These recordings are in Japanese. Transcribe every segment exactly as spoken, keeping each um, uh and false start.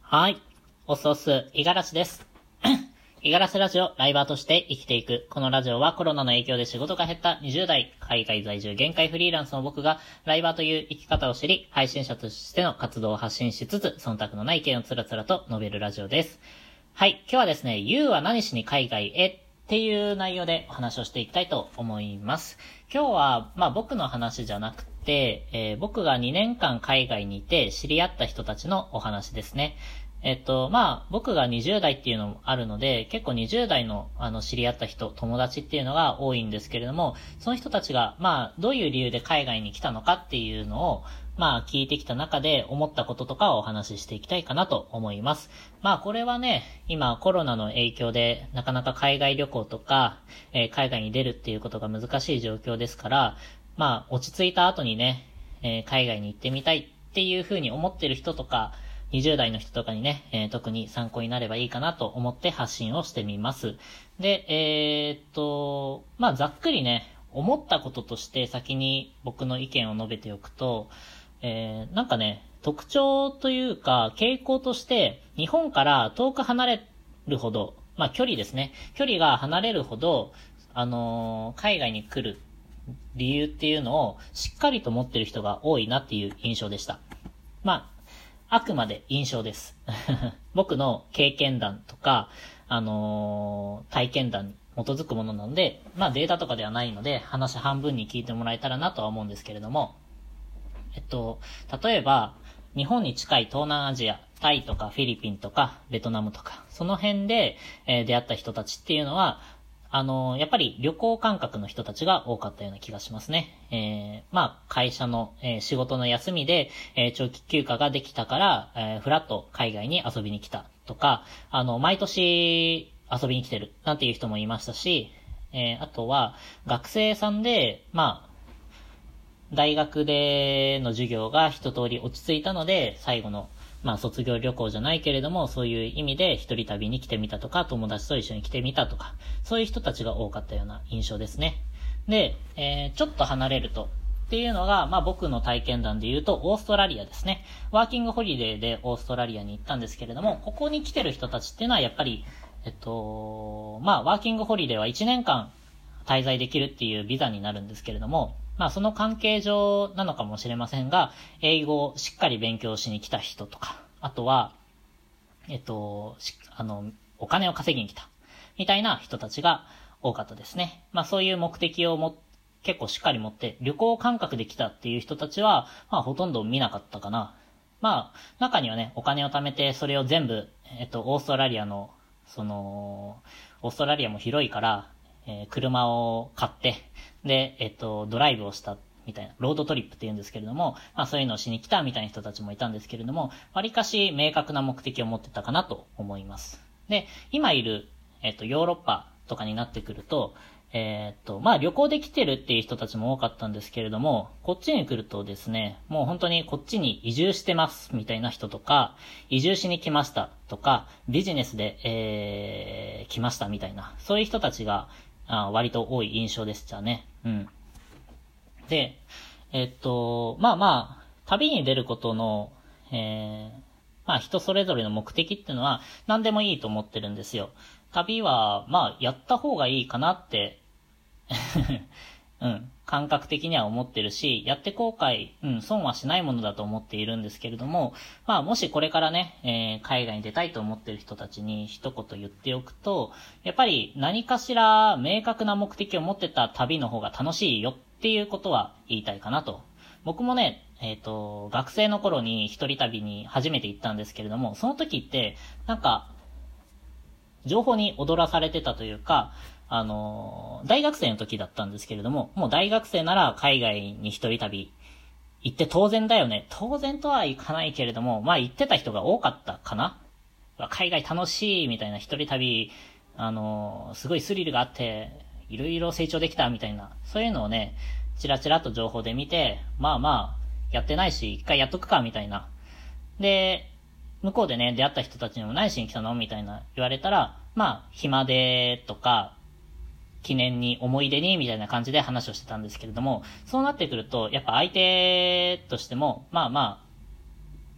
はい。おすおす、いがらしです。いがらしラジオ、ライバーとして生きていく。このラジオはコロナの影響で仕事が減ったにじゅう代、海外在住、限界フリーランスの僕が、ライバーという生き方を知り、配信者としての活動を発信しつつ、忖度のない意見をつらつらと述べるラジオです。はい。今日はですね、You は何しに海外へっていう内容でお話をしていきたいと思います。今日は、まあ僕の話じゃなくて、えー、僕がにねんかん海外にいて知り合った人たちのお話ですね。えっと、まあ、僕がにじゅう代っていうのもあるので、結構にじゅう代の、あの、知り合った人、友達っていうのが多いんですけれども、その人たちが、まあ、どういう理由で海外に来たのかっていうのを、まあ、聞いてきた中で思ったこととかをお話ししていきたいかなと思います。まあ、これはね、今、コロナの影響で、なかなか海外旅行とか、えー、海外に出るっていうことが難しい状況ですから、まあ、落ち着いた後にね、えー、海外に行ってみたいっていうふうに思ってる人とか、にじゅう代の人とかにね、えー、特に参考になればいいかなと思って発信をしてみます。で、えー、っと、まあ、ざっくりね、思ったこととして先に僕の意見を述べておくと、えー、なんかね、特徴というか、傾向として、日本から遠く離れるほど、まあ、距離ですね。距離が離れるほど、あのー、海外に来る理由っていうのをしっかりと持ってる人が多いなっていう印象でした。まあ、あくまで印象です。僕の経験談とか、あのー、体験談に基づくものなので、まあデータとかではないので、話半分に聞いてもらえたらなとは思うんですけれども、えっと、例えば、日本に近い東南アジア、タイとかフィリピンとかベトナムとか、その辺で、えー、出会った人たちっていうのは、あの、やっぱり旅行感覚の人たちが多かったような気がしますね。えー、まあ、会社の、えー、仕事の休みで、えー、長期休暇ができたから、えー、ふらっと海外に遊びに来たとか、あの、毎年遊びに来てるなんていう人もいましたし、えー、あとは、学生さんで、まあ、大学での授業が一通り落ち着いたので、最後のまあ卒業旅行じゃないけれども、そういう意味で一人旅に来てみたとか、友達と一緒に来てみたとか、そういう人たちが多かったような印象ですね。で、えー、ちょっと離れると、っていうのが、まあ僕の体験談で言うと、オーストラリアですね。ワーキングホリデーでオーストラリアに行ったんですけれども、ここに来てる人たちっていうのはやっぱり、えっと、まあワーキングホリデーはいちねんかん滞在できるっていうビザになるんですけれども、まあその関係上なのかもしれませんが、英語をしっかり勉強しに来た人とか、あとは、えっと、あの、お金を稼ぎに来た、みたいな人たちが多かったですね。まあそういう目的をも、結構しっかり持って、旅行感覚で来たっていう人たちは、まあほとんど見なかったかな。まあ、中にはね、お金を貯めて、それを全部、えっと、オーストラリアの、その、オーストラリアも広いから、えー、車を買って、で、えっと、ドライブをしたみたいな、ロードトリップって言うんですけれども、まあそういうのをしに来たみたいな人たちもいたんですけれども、割かし明確な目的を持ってたかなと思います。で、今いる、えっと、ヨーロッパとかになってくると、えっと、まあ旅行で来てるっていう人たちも多かったんですけれども、こっちに来るとですね、もう本当にこっちに移住してますみたいな人とか、移住しに来ましたとか、ビジネスで、えー、来ましたみたいな、そういう人たちが、あ割と多い印象でしたね。うん。で、えっと、まあまあ、旅に出ることの、えー、まあ人それぞれの目的っていうのは何でもいいと思ってるんですよ。旅は、まあやった方がいいかなってうん、感覚的には思ってるし、やって後悔、うん、損はしないものだと思っているんですけれども、まあもしこれからね、えー、海外に出たいと思ってる人たちに一言言っておくと、やっぱり何かしら明確な目的を持ってた旅の方が楽しいよっていうことは言いたいかなと。僕もね、えっと、学生の頃に一人旅に初めて行ったんですけれども、その時って、なんか、情報に踊らされてたというか、あの、大学生の時だったんですけれども、もう大学生なら海外に一人旅行って当然だよね。当然とはいかないけれども、まあ行ってた人が多かったかな。海外楽しいみたいな一人旅、あの、すごいスリルがあって、いろいろ成長できたみたいな、そういうのをね、チラチラと情報で見て、まあまあ、やってないし、一回やっとくかみたいな。で、向こうでね、出会った人たちにも何しに来たのみたいな言われたら、まあ、暇でとか、記念に思い出にみたいな感じで話をしてたんですけれども、そうなってくるとやっぱ相手としてもまあまあ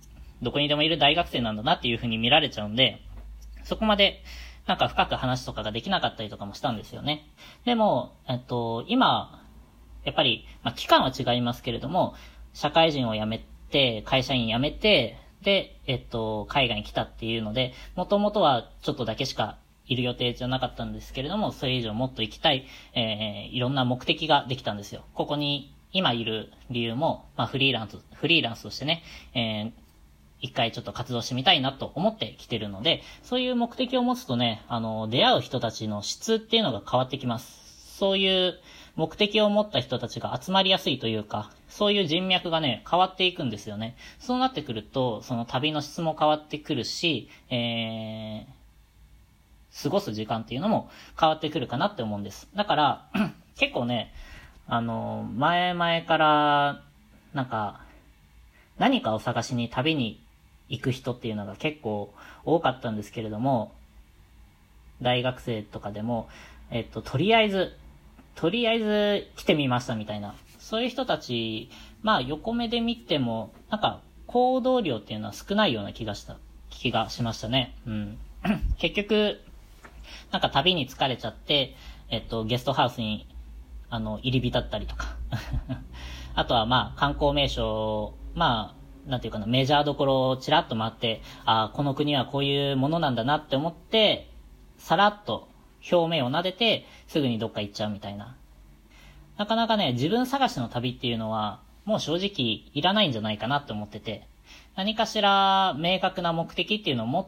どこにでもいる大学生なんだなっていう風に見られちゃうんで、そこまでなんか深く話とかができなかったりとかもしたんですよね。でも、えっと、今、やっぱり、まあ、期間は違いますけれども、社会人を辞めて、会社員辞めて、で、えっと、海外に来たっていうので、もともとはちょっとだけしかいる予定じゃなかったんですけれども、それ以上もっと行きたい、えー、いろんな目的ができたんですよ。ここに今いる理由も、まあ、フリーランス、フリーランスとしてね、えー、一回ちょっと活動してみたいなと思ってきてるので、そういう目的を持つとね、あの、出会う人たちの質っていうのが変わってきます。そういう目的を持った人たちが集まりやすいというか、そういう人脈がね、変わっていくんですよね。そうなってくると、その旅の質も変わってくるし、えー、過ごす時間っていうのも変わってくるかなって思うんです。だから、結構ね、あの、前々から、なんか、何かを探しに旅に行く人っていうのが結構多かったんですけれども、大学生とかでも、えっと、とりあえず、とりあえず来てみましたみたいな。そういう人たち、まあ横目で見ても、なんか行動量っていうのは少ないような気がした、気がしましたね。うん。結局、なんか旅に疲れちゃって、えっと、ゲストハウスに、あの、入り浸ったりとか。あとはまあ観光名所、まあ、なんていうかな、メジャーどころをちらっと回って、ああ、この国はこういうものなんだなって思って、さらっと表面を撫でて、すぐにどっか行っちゃうみたいな。なかなかね、自分探しの旅っていうのは、もう正直いらないんじゃないかなって思ってて、何かしら明確な目的っていうのを持った、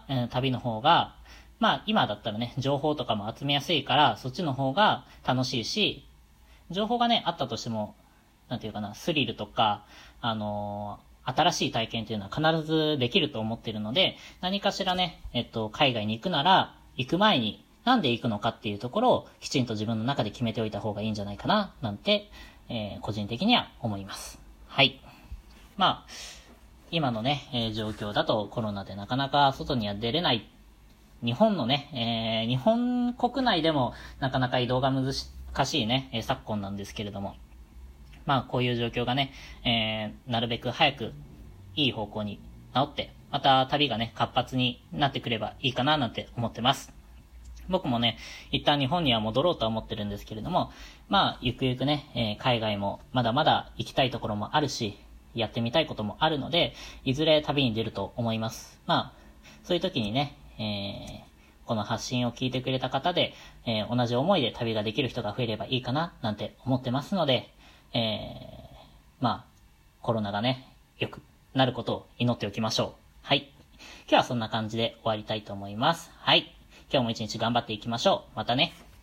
うん、旅の方が、まあ今だったらね、情報とかも集めやすいから、そっちの方が楽しいし、情報がね、あったとしても、なんていうかな、スリルとか、あのー、新しい体験っていうのは必ずできると思ってるので、何かしらね、えっと、海外に行くなら、行く前に、なんで行くのかっていうところを、きちんと自分の中で決めておいた方がいいんじゃないかな、なんて、えー、個人的には思います。はい。まあ、今のね、えー、状況だとコロナでなかなか外には出れない。日本のね、えー、日本国内でもなかなか移動が難しいね、えー、昨今なんですけれども、まあこういう状況がね、えー、なるべく早くいい方向に治って、また旅がね、活発になってくればいいかななんて思ってます。僕もね、一旦日本には戻ろうとは思ってるんですけれども、まあゆくゆくね、えー、海外もまだまだ行きたいところもあるし、やってみたいこともあるので、いずれ旅に出ると思います。まあ、そういう時にね、えー、この発信を聞いてくれた方で、えー、同じ思いで旅ができる人が増えればいいかななんて思ってますので、えー、まあ、コロナがね、良くなることを祈っておきましょう。はい。今日はそんな感じで終わりたいと思います。はい。今日も一日頑張っていきましょう。またね。